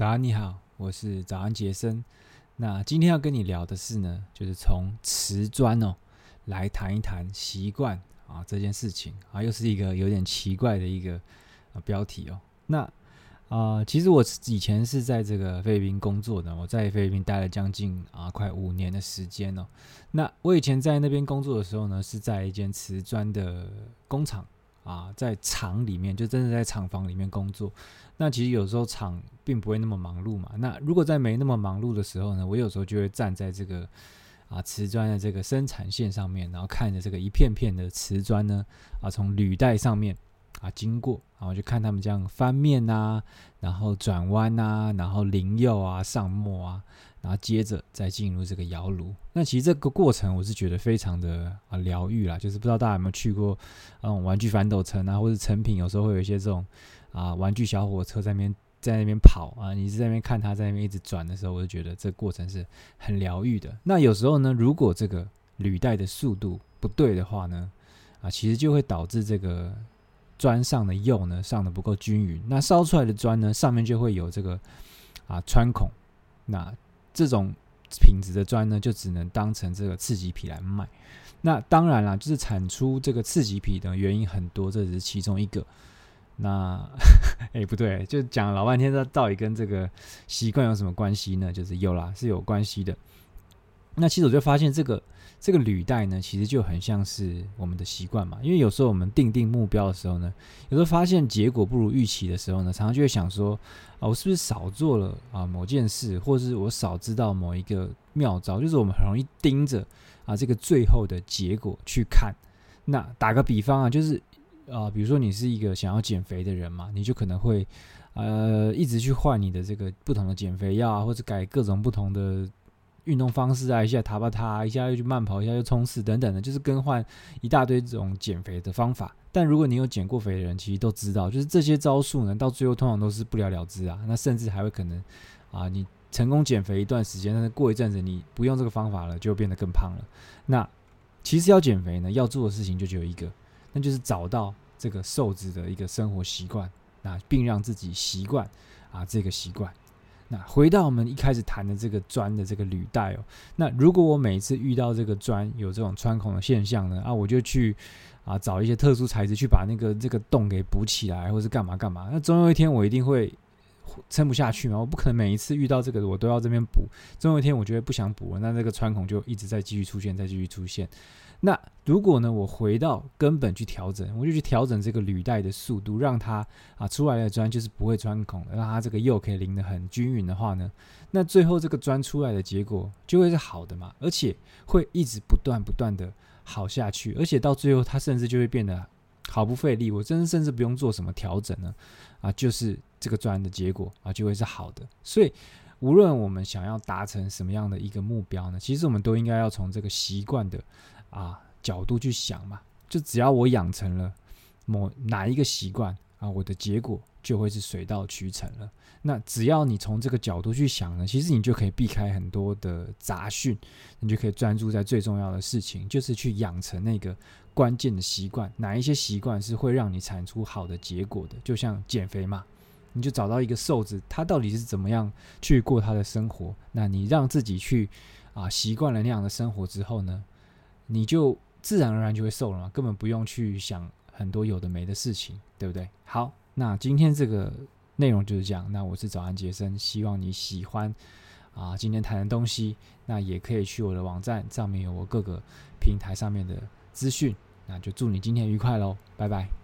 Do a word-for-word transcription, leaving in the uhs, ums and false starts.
早安，你好，我是早安杰森。那今天要跟你聊的是呢，就是从瓷砖哦来谈一谈习惯啊这件事情啊，又是一个有点奇怪的一个、啊、标题哦。那啊、呃，其实我以前是在这个菲律宾工作的，我在菲律宾待了将近啊快五年的时间哦。那我以前在那边工作的时候呢，是在一间瓷砖的工厂啊，在厂里面，就真的在厂房里面工作。那其实有时候厂并不会那么忙碌嘛。那如果在没那么忙碌的时候呢，我有时候就会站在这个啊瓷砖的这个生产线上面，然后看着这个一片片的瓷砖呢啊从履带上面啊经过，然后就看他们这样翻面啊，然后转弯啊，然后淋釉啊、上墨啊，然后接着再进入这个窑炉。那其实这个过程我是觉得非常的啊疗愈啦，就是不知道大家有没有去过那种玩具反斗城啊，或者成品有时候会有一些这种啊玩具小火车在那边在那边跑啊，你是在那边看它在那边一直转的时候，我就觉得这个过程是很疗愈的。那有时候呢，如果这个履带的速度不对的话呢，啊，其实就会导致这个砖上的釉呢上的不够均匀，那烧出来的砖呢上面就会有这个啊穿孔，那这种品质的砖呢就只能当成这个次级皮来卖。那当然啦，就是产出这个次级皮的原因很多，这只是其中一个。那哎、欸、不对，就讲老半天，这到底跟这个习惯有什么关系呢？就是有啦，是有关系的。那其实我就发现这个这个履带呢，其实就很像是我们的习惯嘛。因为有时候我们定定目标的时候呢，有时候发现结果不如预期的时候呢，常常就会想说啊，我是不是少做了啊某件事，或是我少知道某一个妙招？就是我们很容易盯着啊这个最后的结果去看。那打个比方啊，就是啊、呃，比如说你是一个想要减肥的人嘛，你就可能会呃一直去换你的这个不同的减肥药啊，或者改各种不同的运动方式啊，一下塔巴塔，一下又去慢跑，一下又冲刺等等的，就是更换一大堆这种减肥的方法。但如果你有减过肥的人，其实都知道，就是这些招数呢，到最后通常都是不了了之啊。那甚至还会可能啊，你成功减肥一段时间，但是过一阵子你不用这个方法了，就变得更胖了。那其实要减肥呢，要做的事情就只有一个，那就是找到这个瘦子的一个生活习惯，那并让自己习惯啊这个习惯。那回到我们一开始谈的这个砖的这个履带哦，那如果我每次遇到这个砖有这种穿孔的现象呢，啊，我就去啊找一些特殊材质去把那个这个洞给补起来，或是干嘛干嘛。那总有一天我一定会撑不下去嘛，我不可能每一次遇到这个我都要这边补，总有一天我觉得不想补了，那这个穿孔就一直在继续出现，再继续出现。那如果呢，我回到根本去调整，我就去调整这个履带的速度，让它啊出来的砖就是不会穿孔的，让它这个釉可以淋得很均匀的话呢，那最后这个砖出来的结果就会是好的嘛，而且会一直不断不断的好下去，而且到最后它甚至就会变得毫不费力，我真甚至不用做什么调整呢，啊，就是这个砖的结果啊就会是好的。所以无论我们想要达成什么样的一个目标呢，其实我们都应该要从这个习惯的啊角度去想嘛，就只要我养成了某哪一个习惯啊，我的结果就会是水到渠成了。那只要你从这个角度去想呢，其实你就可以避开很多的杂讯，你就可以专注在最重要的事情，就是去养成那个关键的习惯。哪一些习惯是会让你产出好的结果的？就像减肥嘛，你就找到一个瘦子，他到底是怎么样去过他的生活，那你让自己去啊习惯了那样的生活之后呢，你就自然而然就会瘦了嘛，根本不用去想很多有的没的事情，对不对？好，那今天这个内容就是这样。那我是早安杰森，希望你喜欢啊今天谈的东西。那也可以去我的网站上面有我各个平台上面的资讯。那就祝你今天愉快咯，拜拜。